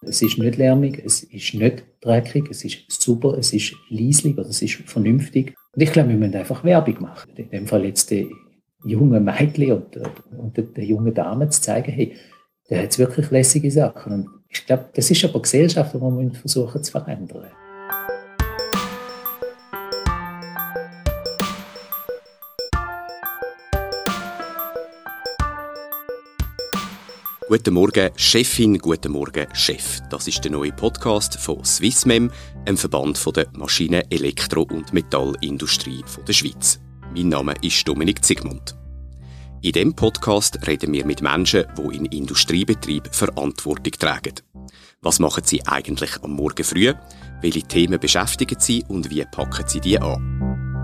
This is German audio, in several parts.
Es ist nicht lärmig, es ist nicht dreckig, es ist super, es ist leislich oder es ist vernünftig. Und ich glaube, wir müssen einfach Werbung machen. In dem Fall jetzt die jungen Mädchen und den jungen Damen zu zeigen, hey, der hat wirklich lässige Sachen. Und ich glaube, das ist aber eine Gesellschaft, die wir versuchen zu verändern. Guten Morgen, Chefin, guten Morgen, Chef. Das ist der neue Podcast von Swissmem, einem Verband der Maschinen-, Elektro- und Metallindustrie der Schweiz. Mein Name ist Dominik Zigmund. In diesem Podcast reden wir mit Menschen, die in Industriebetrieben Verantwortung tragen. Was machen sie eigentlich am Morgen früh? Welche Themen beschäftigen sie und wie packen sie die an?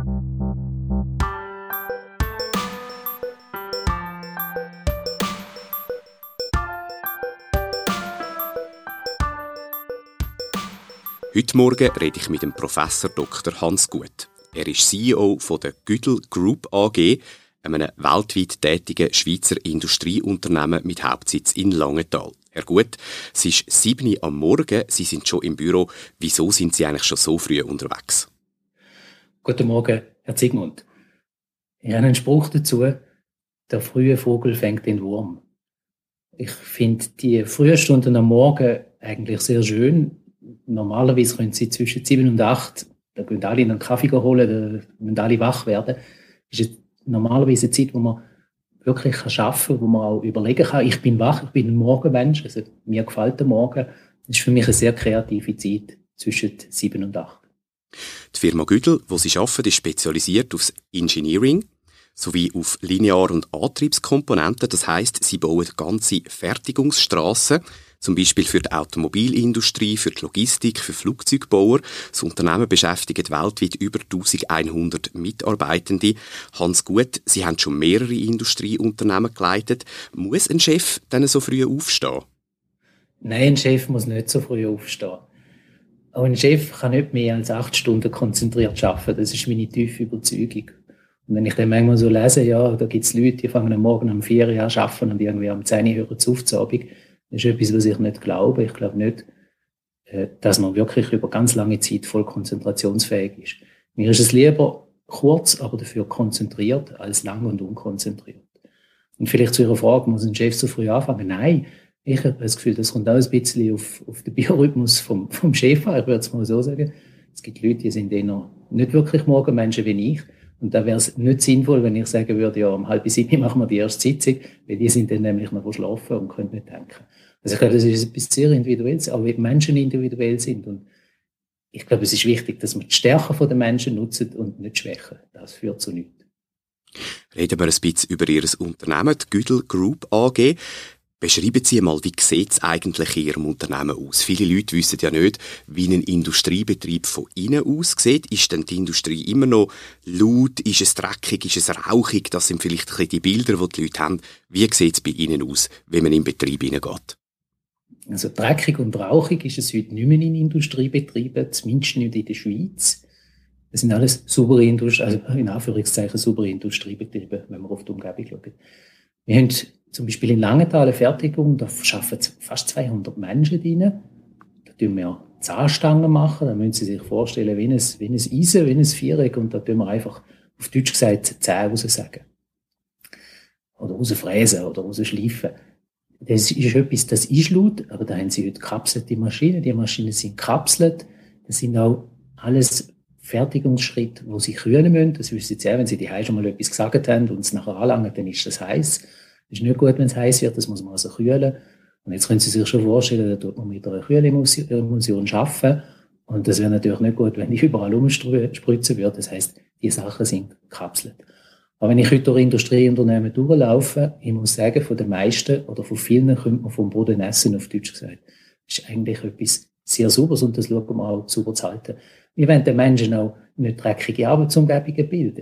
Heute Morgen rede ich mit dem Professor Dr. Hans Gut. Er ist CEO von der Güdel Group AG, einem weltweit tätigen Schweizer Industrieunternehmen mit Hauptsitz in Langenthal. Herr Gut, es ist 7 Uhr am Morgen, Sie sind schon im Büro. Wieso sind Sie eigentlich schon so früh unterwegs? Guten Morgen, Herr Zigmund. Ich habe einen Spruch dazu: Der frühe Vogel fängt den Wurm. Ich finde die frühen Stunden am Morgen eigentlich sehr schön. Normalerweise können Sie zwischen 7 und 8, da gehen alle einen Kaffee holen, da müssen alle wach werden. Das ist normalerweise eine Zeit, wo man wirklich arbeiten kann, wo man auch überlegen kann. Ich bin wach, ich bin ein Morgenmensch, also mir gefällt der Morgen. Das ist für mich eine sehr kreative Zeit zwischen 7 und 8. Die Firma Güdel, wo Sie arbeiten, ist spezialisiert auf Engineering sowie auf Linear- und Antriebskomponenten. Das heisst, Sie bauen ganze Fertigungsstrassen, zum Beispiel für die Automobilindustrie, für die Logistik, für Flugzeugbauer. Das Unternehmen beschäftigt weltweit über 1100 Mitarbeitende. Hans Gut, Sie haben schon mehrere Industrieunternehmen geleitet. Muss ein Chef dann so früh aufstehen? Nein, ein Chef muss nicht so früh aufstehen. Auch ein Chef kann nicht mehr als 8 Stunden konzentriert arbeiten. Das ist meine tiefe Überzeugung. Und wenn ich dann manchmal so lese, ja, da gibt es Leute, die fangen am Morgen um 4 Uhr an zu arbeiten und irgendwie am 10 Uhr hören sie auf zur Abend. Das ist etwas, was ich nicht glaube. Ich glaube nicht, dass man wirklich über ganz lange Zeit voll konzentrationsfähig ist. Mir ist es lieber kurz, aber dafür konzentriert, als lang und unkonzentriert. Und vielleicht zu Ihrer Frage, muss ein Chef so früh anfangen? Nein, ich habe das Gefühl, das kommt auch ein bisschen auf den Biorhythmus vom Chef an. Ich würde es mal so sagen. Es gibt Leute, die sind eher nicht wirklich Morgenmenschen wie ich. Und da wäre es nicht sinnvoll, wenn ich sagen würde, ja, um 6:30 machen wir die erste Sitzung, weil die sind dann nämlich noch schlafen und können nicht denken. Also ich glaube, das ist etwas sehr Individuelles, auch wie Menschen individuell sind. Und ich glaube, es ist wichtig, dass wir die Stärken der Menschen nutzen und nicht die Schwächen. Das führt zu nichts. Reden wir ein bisschen über Ihr Unternehmen, die Güdel Group AG. Beschreiben Sie mal, wie sieht es eigentlich in Ihrem Unternehmen aus? Viele Leute wissen ja nicht, wie ein Industriebetrieb von innen aussieht. Ist denn die Industrie immer noch laut? Ist es dreckig? Ist es rauchig? Das sind vielleicht ein bisschen die Bilder, die die Leute haben. Wie sieht es bei Ihnen aus, wenn man in den Betrieb hineingeht? Also dreckig und rauchig ist es heute nicht mehr in Industriebetrieben, zumindest nicht in der Schweiz. Das sind alles saubere also in Anführungszeichen saubere Industriebetriebe, wenn man auf die Umgebung schaut. Wir haben zum Beispiel in Langenthal eine Fertigung, da arbeiten fast 200 Menschen drin. Da tun wir Zahnstangen machen, da müssen Sie sich vorstellen, wie ein Eisen, wie ein Viereck, und da tun wir einfach, auf Deutsch gesagt, Zähne raussagen. Oder rausfräsen oder rausschleifen. Das ist etwas, das ist laut, aber da haben Sie heute gekapselte Maschinen. Die Maschinen sind gekapselt. Das sind auch alles Fertigungsschritte, wo Sie kühlen müssen. Das wissen Sie ja, wenn Sie die schon mal etwas gesagt haben und es nachher anlangen, dann ist das heiß. Das ist nicht gut, wenn es heiß wird, das muss man also kühlen. Und jetzt können Sie sich schon vorstellen, da tut man mit einer Kühlemulsion arbeiten. Und das wäre natürlich nicht gut, wenn die überall umspritzen würde. Das heisst, die Sachen sind gekapselt. Aber wenn ich heute durch Industrieunternehmen durchlaufe, ich muss sagen, von den meisten oder von vielen könnte man vom Boden essen, auf Deutsch gesagt. Das ist eigentlich etwas sehr Sauberes und das schauen wir auch sauber zu halten. Wir wollen den Menschen auch nicht dreckige Arbeitsumgebungen geben.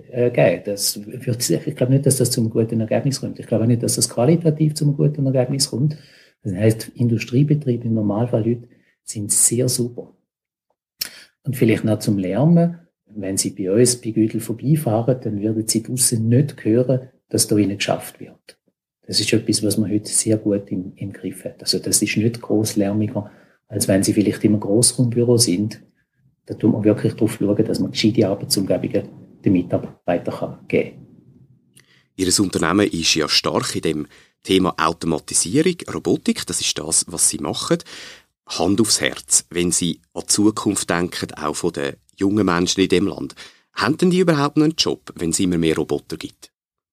Ich glaube nicht, dass das zu einem guten Ergebnis kommt. Ich glaube auch nicht, dass das qualitativ zu einem guten Ergebnis kommt. Das heisst, Industriebetriebe im Normalfall heute sind sehr sauber. Und vielleicht noch zum Lärmen. Wenn Sie bei uns bei Güdel vorbeifahren, dann werden Sie draussen nicht hören, dass da innen geschafft wird. Das ist etwas, was man heute sehr gut im Griff hat. Also das ist nicht gross lärmiger als wenn sie vielleicht im Grossraumbüro sind. Da tut man wirklich darauf schauen, dass man gescheite Arbeitsumgebungen den Mitarbeitern geben kann. Ihr Unternehmen ist ja stark in dem Thema Automatisierung, Robotik. Das ist das, was Sie machen. Hand aufs Herz, wenn Sie an die Zukunft denken, auch von den jungen Menschen in dem Land. Haben denn die überhaupt noch einen Job, wenn es immer mehr Roboter gibt?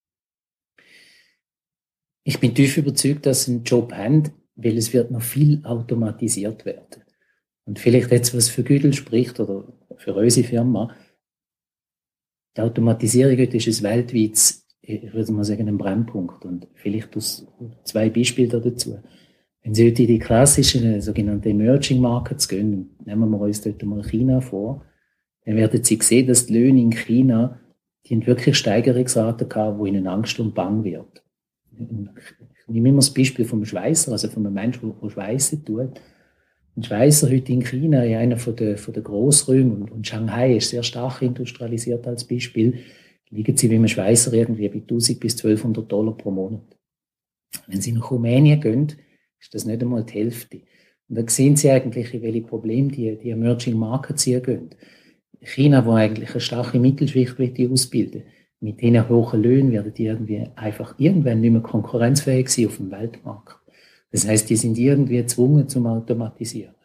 Ich bin tief überzeugt, dass sie einen Job haben, weil es wird noch viel automatisiert werden. Und vielleicht jetzt, was für Güdel spricht oder für unsere Firma, die Automatisierung heute ist ein weltweites, ich würde mal sagen, ein Brennpunkt. Und vielleicht aus 2 Beispiele dazu. Wenn Sie heute in die klassischen, sogenannten Emerging Markets gehen, nehmen wir uns dort mal China vor, dann werden Sie sehen, dass die Löhne in China, die haben wirklich Steigerungsraten gehabt, wo Ihnen Angst und Bang wird. Ich nehme immer das Beispiel vom Schweißer, also von einem Menschen, der Schweissen tut. Ein Schweißer heute in China, ja, einer von der Grossräume, und Shanghai ist sehr stark industrialisiert als Beispiel, liegen sie wie ein Schweißer irgendwie bei 1000 bis 1200 Dollar pro Monat. Wenn Sie nach Rumänien gehen, ist das nicht einmal die Hälfte. Und da sehen Sie eigentlich, in welche Probleme die Emerging Markets hier gehen. China, wo eigentlich eine starke Mittelschicht ausbilden will, mit diesen hohen Löhnen werden die irgendwie einfach irgendwann nicht mehr konkurrenzfähig sein auf dem Weltmarkt. Das heisst, die sind irgendwie gezwungen zum Automatisieren.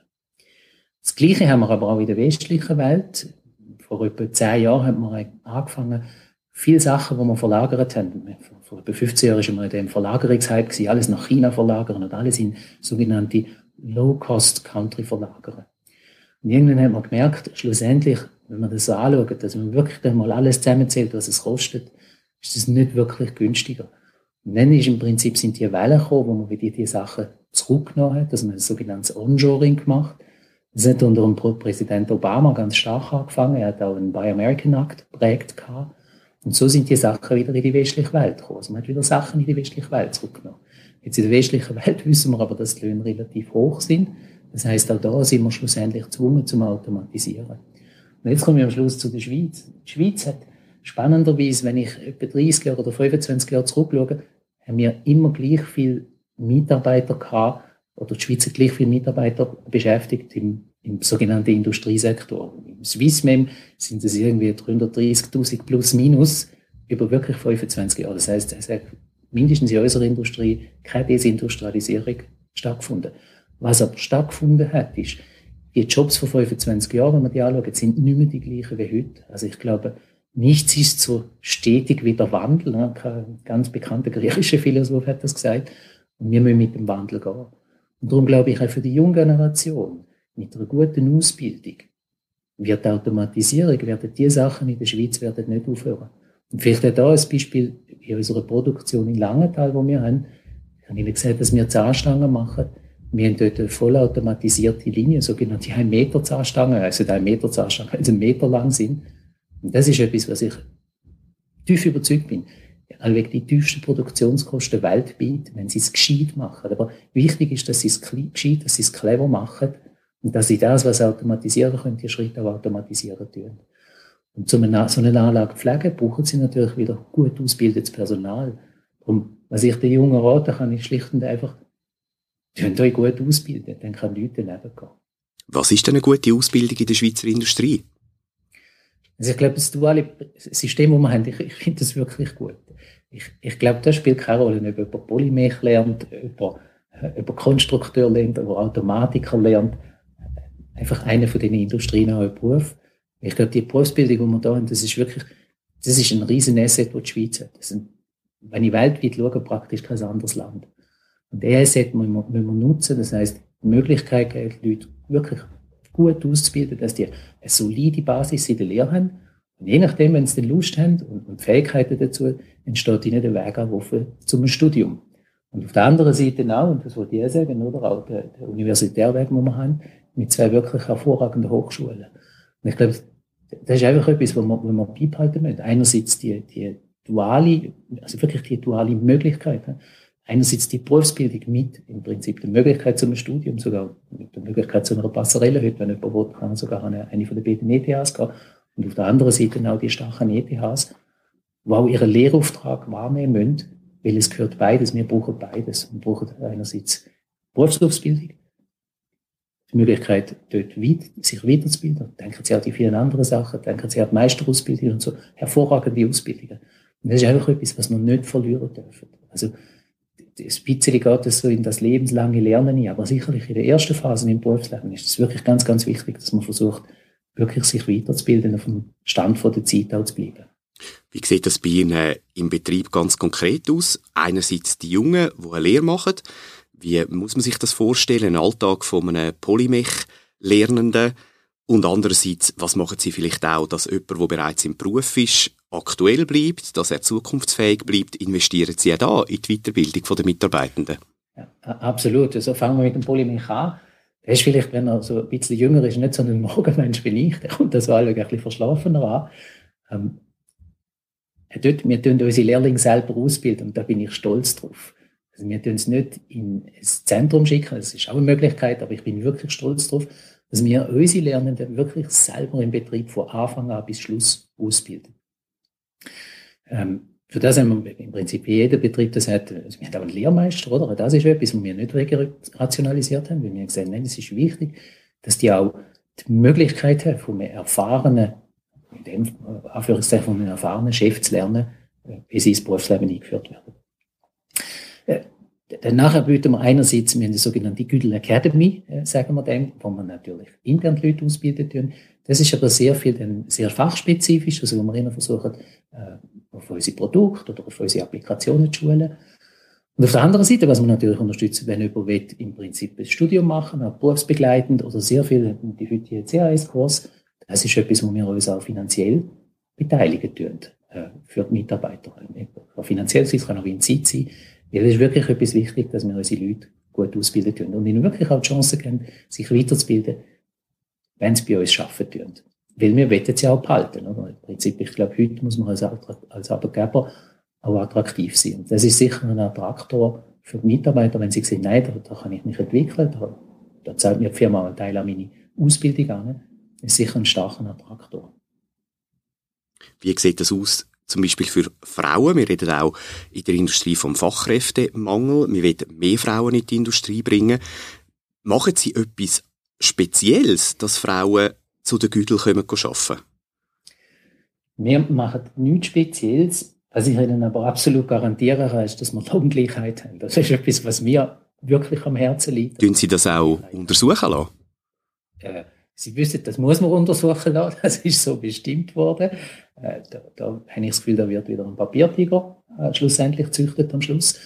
Das Gleiche haben wir aber auch in der westlichen Welt. Vor etwa 10 Jahren hat man angefangen, viele Sachen, die wir verlagert haben. Vor etwa 15 Jahren war man in dem Verlagerungshype gewesen, alles nach China verlagern und alles in sogenannte Low-Cost-Country verlagern. Und irgendwann hat man gemerkt, schlussendlich, wenn man das so anschaut, dass man wirklich dann mal alles zusammenzählt, was es kostet, ist das nicht wirklich günstiger. Und dann ist im Prinzip sind die Wellen gekommen, wo man wieder die Sachen zurückgenommen hat, dass man ein sogenanntes Onshoring gemacht. Das hat unter dem Präsident Obama ganz stark angefangen. Er hat auch einen Buy American Act geprägt gehabt. Und so sind die Sachen wieder in die westliche Welt gekommen. Also man hat wieder Sachen in die westliche Welt zurückgenommen. Jetzt in der westlichen Welt wissen wir aber, dass die Löhne relativ hoch sind. Das heisst, auch da sind wir schlussendlich gezwungen zum Automatisieren. Und jetzt komme ich am Schluss zu der Schweiz. Die Schweiz hat spannenderweise, wenn ich etwa 30 Jahre oder 25 Jahre zurückschaue, haben wir immer gleich viele Mitarbeiter gehabt, oder die Schweiz hat gleich viele Mitarbeiter beschäftigt im sogenannten Industriesektor. Im Swissmem sind es irgendwie 330.000 plus minus über wirklich 25 Jahre. Das heisst, es hat mindestens in unserer Industrie keine Desindustrialisierung stattgefunden. Was aber stattgefunden hat, ist, die Jobs vor 25 Jahren, wenn man die anschaut, sind nicht mehr die gleichen wie heute. Also ich glaube, nichts ist so stetig wie der Wandel. Ein ganz bekannter griechischer Philosoph hat das gesagt. Und wir müssen mit dem Wandel gehen. Und darum glaube ich auch für die junge Generation, mit einer guten Ausbildung, wird die Automatisierung, werden die Sachen in der Schweiz werden nicht aufhören. Und vielleicht auch da ein Beispiel in unserer Produktion in Langenthal, wo wir haben. Ich habe Ihnen gesagt, dass wir Zahnstangen machen. Wir haben dort eine vollautomatisierte Linie, sogenannte 1 Meter Zahnstangen, also 1 Meter Zahnstangen, die 1 Meter lang sind. Und das ist etwas, was ich tief überzeugt bin. Allweg die tiefsten Produktionskosten weltweit, wenn sie es gescheit machen. Aber wichtig ist, dass sie es gescheit, dass sie es clever machen und dass sie das, was sie automatisieren können, die Schritte auch automatisieren tun. Und so eine Anlage pflegen, brauchen sie natürlich wieder gut ausgebildetes Personal. Und was ich den Jungen raten kann, ist schlicht und einfach, könnt euch gut ausbilden, dann kann nichts daneben gehen. Was ist denn eine gute Ausbildung in der Schweizer Industrie? Also ich glaube, das duale System, das wir haben, ich finde das wirklich gut. Ich glaube, das spielt keine Rolle, ob jemand Polymech lernt, ob Konstrukteur lernt, ob Automatiker lernt. Einfach einer von diesen industrienahen Berufen. Ich glaube, die Berufsbildung, die wir da haben, das ist ein riesen Asset, das die Schweiz hat. Wenn ich weltweit schaue, praktisch kein anderes Land. Und der Asset müssen wir nutzen. Das heisst, die Möglichkeit geben, die Leute wirklich gut auszubilden, dass die eine solide Basis in der Lehre haben. Und je nachdem, wenn sie Lust haben und Fähigkeiten dazu, entsteht ihnen der Weg auch offen zum Studium. Und auf der anderen Seite auch, und das wollte ich auch sagen, oder auch der Universitärweg, den wir haben, mit 2 wirklich hervorragenden Hochschulen. Und ich glaube, das ist einfach etwas, was wir beibehalten müssen. Einerseits die duale, also wirklich die duale Möglichkeit. Einerseits die Berufsbildung mit im Prinzip der Möglichkeit zum Studium, sogar mit der Möglichkeit zu einer Passerelle heute, wenn jemand will, kann sogar eine von den beiden ETHs gehen. Und auf der anderen Seite auch die starken ETHs, die auch ihren Lehrauftrag wahrnehmen müssen, weil es gehört beides. Wir brauchen beides. Wir brauchen einerseits Berufsausbildung, die Möglichkeit, dort sich weiterzubilden. Denken Sie an die vielen anderen Sachen, denken Sie an die Meisterausbildung und so, hervorragende Ausbildungen. Und das ist einfach etwas, was wir nicht verlieren dürfen. Also, ein bisschen geht es so in das lebenslange Lernen ein, aber sicherlich in der ersten Phase im Berufsleben ist es wirklich ganz, ganz wichtig, dass man versucht, wirklich sich weiterzubilden, auf dem Stand der Zeit auch zu bleiben. Wie sieht das bei Ihnen im Betrieb ganz konkret aus? Einerseits die Jungen, die eine Lehre machen. Wie muss man sich das vorstellen, ein Alltag von einem Polymech-Lernenden? Und andererseits, was machen Sie vielleicht auch, dass jemand, der bereits im Beruf ist, aktuell bleibt, dass er zukunftsfähig bleibt? Investieren Sie auch da in die Weiterbildung der Mitarbeitenden? Ja, absolut. Also fangen wir mit dem Polymech an. Der ist vielleicht, wenn er so ein bisschen jünger ist, nicht so ein Morgenmensch wie ich. Der kommt das alle ein bisschen verschlafener an. Wir tun unsere Lehrlinge selber ausbilden und da bin ich stolz drauf. Also wir tun es nicht in ein Zentrum schicken, das ist auch eine Möglichkeit, aber ich bin wirklich stolz drauf, dass wir unsere Lernenden wirklich selber im Betrieb von Anfang an bis Schluss ausbilden. Für das haben wir im Prinzip jeder Betrieb, das hat, also wir haben auch einen Lehrmeister, oder? Das ist etwas, was wir nicht rationalisiert haben, weil wir gesagt haben, nein, es ist wichtig, dass die auch die Möglichkeit haben, von einem erfahrenen, in dem Anführungszeichen von einem erfahrenen Chef zu lernen, wie sie ins Berufsleben eingeführt werden. Danach bieten wir einerseits, wir haben die sogenannte Güdel Academy, sagen wir dem, wo wir natürlich intern die Leute ausbilden tun. Das ist aber sehr fachspezifisch, also wo wir immer versuchen, auf unsere Produkte oder auf unsere Applikationen zu schulen. Und auf der anderen Seite, was wir natürlich unterstützen, wenn jemand will, im Prinzip ein Studium machen, auch berufsbegleitend oder sehr viel, die heutige CAS-Kurs, das ist etwas, wo wir uns auch finanziell beteiligen tun, für die Mitarbeiter. Kann finanziell sein, es kann auch in Zeit sein. Weil es ist wirklich etwas wichtig, dass wir unsere Leute gut ausbilden tun und ihnen wirklich auch die Chance geben, sich weiterzubilden, wenn sie bei uns arbeiten tun. Weil wir wollen sie auch behalten, oder? Im Prinzip, ich glaube, heute muss man als Arbeitgeber auch attraktiv sein. Und das ist sicher ein Attraktor für die Mitarbeiter, wenn sie sehen, nein, da kann ich mich entwickeln, da zahlt mir die Firma einen Teil an meine Ausbildung an. Das ist sicher ein starker Attraktor. Wie sieht das aus, zum Beispiel für Frauen? Wir reden auch in der Industrie vom Fachkräftemangel. Wir wollen mehr Frauen in die Industrie bringen. Machen Sie etwas Spezielles, dass Frauen zu den Güdel arbeiten können? Wir machen nichts Spezielles. Was ich Ihnen aber absolut garantieren kann, ist, dass wir Lohngleichheit haben. Das ist etwas, was mir wirklich am Herzen liegt. Tun Sie das auch untersuchen lassen? Sie wissen, das muss man untersuchen lassen. Das ist so bestimmt worden. Da habe ich das Gefühl, da wird wieder ein Papiertiger schlussendlich gezüchtet am Schluss.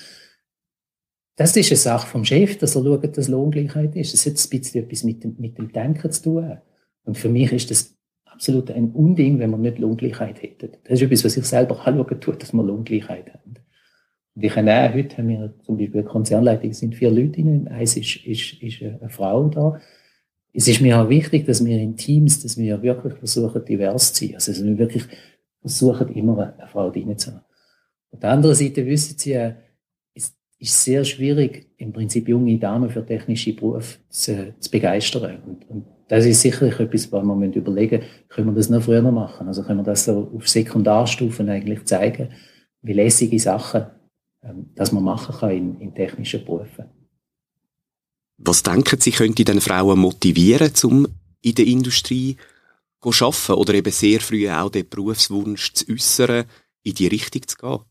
Das ist eine Sache vom Chef, dass er schaut, dass Lohngleichheit ist. Das hat ein bisschen etwas mit dem Denken zu tun. Und für mich ist das absolut ein Unding, wenn wir nicht Lohngleichheit hätten. Das ist etwas, was ich selber anschauen tue, dass wir Lohngleichheit haben. Und ich habe auch, heute haben wir zum Beispiel eine Konzernleitung, es sind 4 Leute drin, eins ist eine Frau da. Es ist mir auch wichtig, dass wir in Teams, dass wir wirklich versuchen, divers zu sein. Also wir wirklich versuchen, immer eine Frau drin zu haben. Auf der anderen Seite wissen Sie, es ist sehr schwierig, im Prinzip junge Damen für technische Berufe zu begeistern. Und das ist sicherlich etwas, was wir überlegen müssen, können wir das noch früher machen? Also können wir das so auf Sekundarstufen eigentlich zeigen, wie lässige Sachen, dass man machen kann in technischen Berufen. Was denken Sie, könnte denn Frauen motivieren, um in der Industrie zu arbeiten oder eben sehr früh auch den Berufswunsch zu äußern, in die Richtung zu gehen?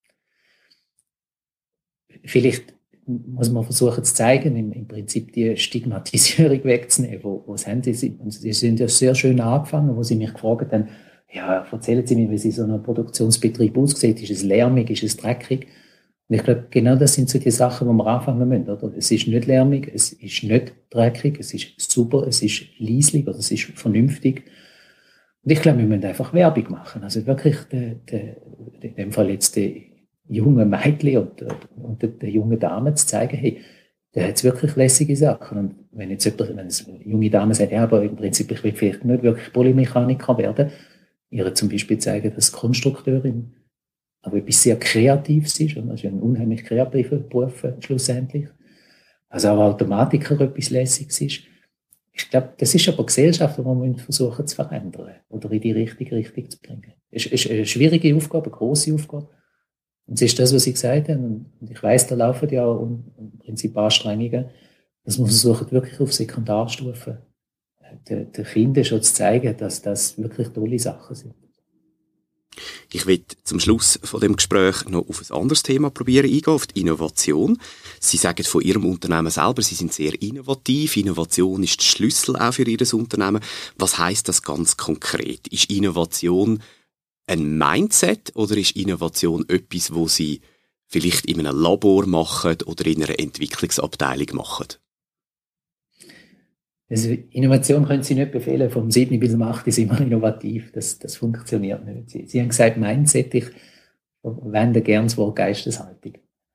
Vielleicht muss man versuchen zu zeigen, im Prinzip die Stigmatisierung wegzunehmen, wo sie haben. Sie sind ja sehr schön angefangen, wo sie mich gefragt haben, ja, erzählen Sie mir, wie so ein Produktionsbetrieb aussieht. Ist es lärmig, ist es dreckig? Und ich glaube, genau das sind so die Sachen, wo wir anfangen müssen, oder? Es ist nicht lärmig, es ist nicht dreckig, es ist super, es ist leislich, oder es ist vernünftig. Und ich glaube, wir müssen einfach Werbung machen. Also wirklich, in dem Fall jetzt die jungen Mädchen und der jungen Damen zu zeigen, hey, der hat wirklich lässige Sachen. Und wenn jetzt jemand, wenn eine junge Dame sagt, ja, aber im Prinzip, ich will vielleicht nicht wirklich Polymechaniker werden, ihr zum Beispiel zeigen, dass Konstrukteurin aber etwas sehr Kreatives ist, und das ist ein unheimlich kreativer Beruf schlussendlich. Also auch Automatiker etwas Lässiges ist. Ich glaube, das ist aber eine Gesellschaft, die wir versuchen zu verändern oder in die richtige Richtung zu bringen. Es ist eine schwierige Aufgabe, eine grosse Aufgabe. Und es ist das, was ich gesagt habe. Und ich weiss, da laufen ja auch im Prinzip Anstrengungen. dass wir versuchen, wirklich auf Sekundarstufe den Kindern schon zu zeigen, dass das wirklich tolle Sachen sind. Ich will zum Schluss von dem Gespräch noch auf ein anderes Thema probieren eingehen, auf die Innovation. Sie sagen von Ihrem Unternehmen selber, Sie sind sehr innovativ. Innovation ist der Schlüssel auch für Ihr Unternehmen. Was heisst das ganz konkret? Ist Innovation ein Mindset oder ist Innovation etwas, wo Sie vielleicht in einem Labor machen oder in einer Entwicklungsabteilung machen? Also Innovation können Sie nicht befehlen, vom 7. bis zum 8. sind wir innovativ. Das funktioniert nicht. Sie haben gesagt, Mindset, ich verwende gerne das Wort Geisteshaltung.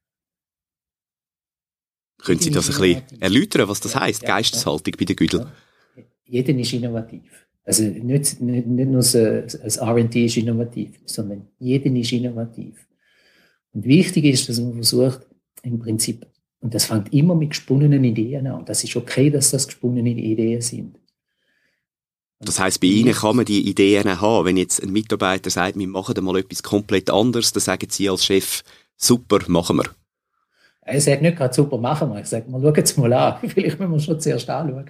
Können Sie das ein bisschen erläutern, was das heisst, Geisteshaltung bei den Güdel? Ja. Jeder ist innovativ. Also nicht nur das R&D ist innovativ, sondern jeder ist innovativ. Und wichtig ist, dass man versucht, im Prinzip, und das fängt immer mit gesponnenen Ideen an. Das ist okay, dass das gesponnene Ideen sind. Das heisst, bei Ihnen kann man die Ideen haben. Wenn jetzt ein Mitarbeiter sagt, wir machen mal etwas komplett anderes, dann sagen Sie als Chef, super, machen wir. Er sagt nicht gerade, super, machen wir. Ich sage, wir schauen es mal an. Vielleicht müssen wir schon zuerst anschauen.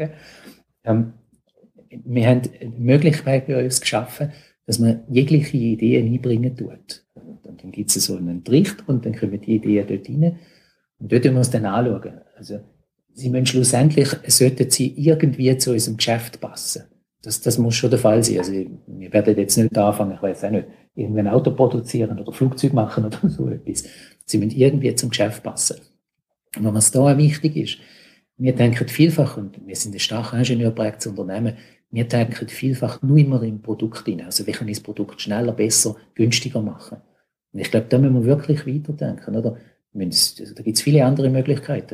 Wir haben eine Möglichkeit bei uns geschaffen, dass man jegliche Ideen einbringen tut. Und dann gibt es so einen Trichter und dann kommen die Ideen dort rein. Und dort müssen wir es dann anschauen. Also, sie müssen schlussendlich, sollten sie irgendwie zu unserem Geschäft passen. Das muss schon der Fall sein. Also, wir werden jetzt nicht anfangen, ich weiß auch nicht, irgendwie ein Auto produzieren oder Flugzeug machen oder so etwas. Sie müssen irgendwie zum Geschäft passen. Und was da auch wichtig ist, wir denken vielfach, und wir sind ein stark ingenieurprägtes Unternehmen, wir denken vielfach nur immer im Produkt hinein. Also, wie kann ich das Produkt schneller, besser, günstiger machen? Und ich glaube, da müssen wir wirklich weiterdenken, oder? Da gibt es viele andere Möglichkeiten.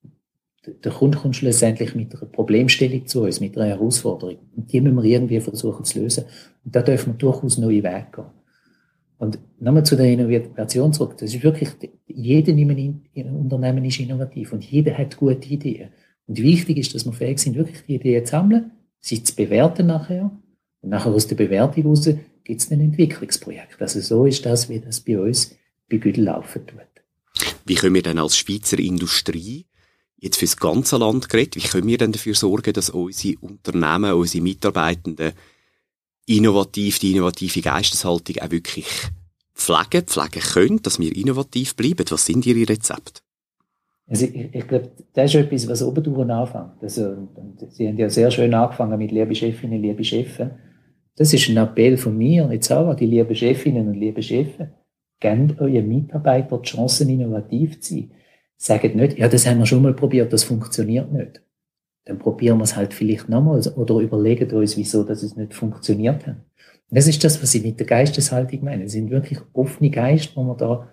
Der Kunde kommt schlussendlich mit einer Problemstellung zu uns, mit einer Herausforderung. Und die müssen wir irgendwie versuchen zu lösen. Und da dürfen wir durchaus neue Wege gehen. Und nochmal zu der Innovation zurück. Das ist wirklich, jeder in einem Unternehmen ist innovativ und jeder hat gute Ideen. Und wichtig ist, dass wir fähig sind, wirklich die Ideen zu sammeln, sie zu bewerten nachher. Und nachher aus der Bewertung heraus gibt es ein Entwicklungsprojekt. Also so ist das, wie das bei uns bei Güdel laufen tut. Wie können wir denn als Schweizer Industrie, jetzt für das ganze Land geredet, wie können wir denn dafür sorgen, dass unsere Unternehmen, unsere Mitarbeitenden die innovative Geisteshaltung auch wirklich pflegen können, dass wir innovativ bleiben? Was sind Ihre Rezepte? Also ich glaube, das ist etwas, was oben anfängt. Also, Sie haben ja sehr schön angefangen mit liebe Chefinnen, liebe Chefen. Das ist ein Appell von mir, jetzt auch an die lieben Chefinnen und lieben Chefen. Gebt euren Mitarbeitern die Chancen, innovativ zu sein. Sagt nicht, ja, das haben wir schon mal probiert, das funktioniert nicht. Dann probieren wir es halt vielleicht nochmal oder überlegen uns, wieso dass es nicht funktioniert hat. Und das ist das, was ich mit der Geisteshaltung meine. Es sind wirklich offene Geister, wo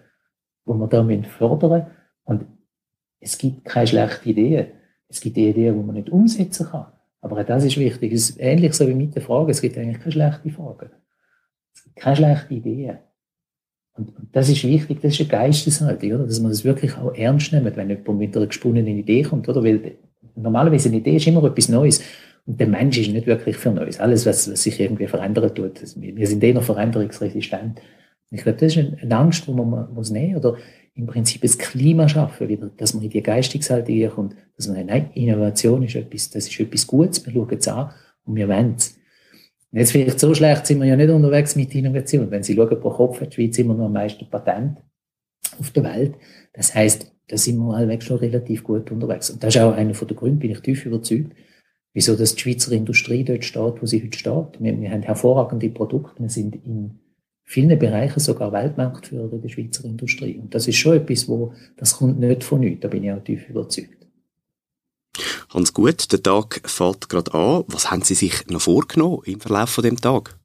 wir da fördern müssen. Und es gibt keine schlechten Ideen. Es gibt Ideen, die man nicht umsetzen kann. Aber auch das ist wichtig. Es ist ähnlich so wie mit der Frage. Es gibt eigentlich keine schlechten Fragen. Es gibt keine schlechten Ideen. Und das ist wichtig, das ist eine Geisteshaltung, oder? Dass man das wirklich auch ernst nimmt, wenn jemand mit einer gesponnenen Idee kommt, oder? Weil normalerweise eine Idee ist immer etwas Neues. Und der Mensch ist nicht wirklich für Neues. Alles, was sich irgendwie verändern tut. Wir sind eher veränderungsresistent. Ich glaube, das ist eine Angst, die man muss nehmen, oder im Prinzip das Klima schaffen, wieder, dass man in die Geisteshaltung kommt, dass man sagt, nein, Innovation ist etwas Gutes, wir schauen es an und wir wollen es. Jetzt vielleicht so schlecht sind wir ja nicht unterwegs mit Innovation. Wenn Sie schauen, pro Kopf hat die Schweiz immer noch am meisten Patent auf der Welt. Das heisst, da sind wir allweg schon relativ gut unterwegs. Und das ist auch einer der Gründe, bin ich tief überzeugt, wieso das die Schweizer Industrie dort steht, wo sie heute steht. Wir haben hervorragende Produkte. Wir sind in vielen Bereichen sogar Weltmarktführer in der Schweizer Industrie. Und das ist schon etwas, das kommt nicht von nichts. Da bin ich auch tief überzeugt. Hans Gut, der Tag fällt gerade an. Was haben Sie sich noch vorgenommen im Verlauf von dem Tag?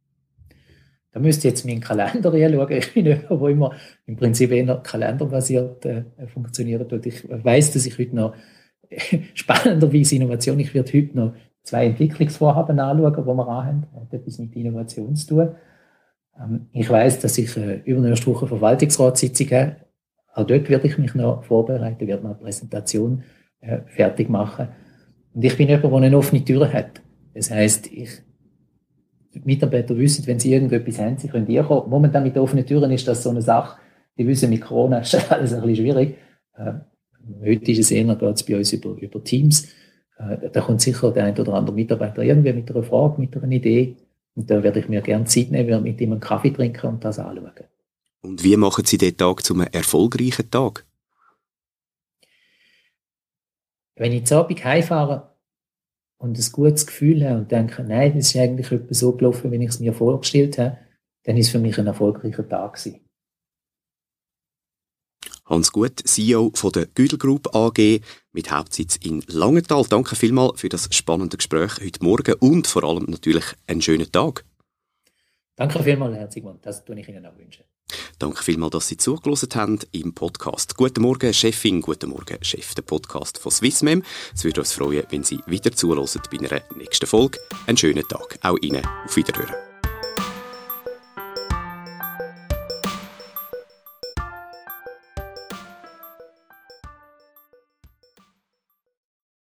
Da müsste ich jetzt meinen Kalender anschauen. Ich bin jemand, der immer im Prinzip eher kalenderbasiert funktioniert. Und ich weiss, dass ich heute noch spannenderweise Innovation, ich werde heute noch 2 Entwicklungsvorhaben anschauen, die wir anhaben. Das hat etwas mit Innovation zu tun. Ich weiss, dass ich übernächste Woche Verwaltungsratssitzung habe. Auch dort werde ich mich noch vorbereiten, werde noch eine Präsentation fertig machen. Und ich bin jemand, der eine offene Tür hat. Das heisst, die Mitarbeiter wissen, wenn sie irgendetwas haben, sie können hier kommen. Momentan mit offenen Türen ist das so eine Sache, die wissen, mit Corona ist alles ein bisschen schwierig. Heute ist es eher, geht es bei uns über Teams. Da kommt sicher der ein oder andere Mitarbeiter irgendwie mit einer Frage, mit einer Idee. Und da werde ich mir gerne Zeit nehmen, mit ihm einen Kaffee trinken und das anschauen. Und wie machen Sie den Tag zu einem erfolgreichen Tag? Wenn ich zu Abend heimfahre und ein gutes Gefühl habe und denke, nein, das ist eigentlich etwa so gelaufen, wie ich es mir vorgestellt habe, dann ist es für mich ein erfolgreicher Tag gewesen. Hans Gut, CEO von der Güdel Group AG mit Hauptsitz in Langenthal. Danke vielmals für das spannende Gespräch heute Morgen und vor allem natürlich einen schönen Tag. Danke vielmals, Herr Zygmunt. Das tue ich Ihnen auch wünschen. Danke vielmals, dass Sie zugehört haben im Podcast. Guten Morgen, Chefin, guten Morgen, Chef, der Podcast von Swissmem. Es würde uns freuen, wenn Sie wieder zuhören bei einer nächsten Folge. Einen schönen Tag. Auch Ihnen. Auf Wiederhören.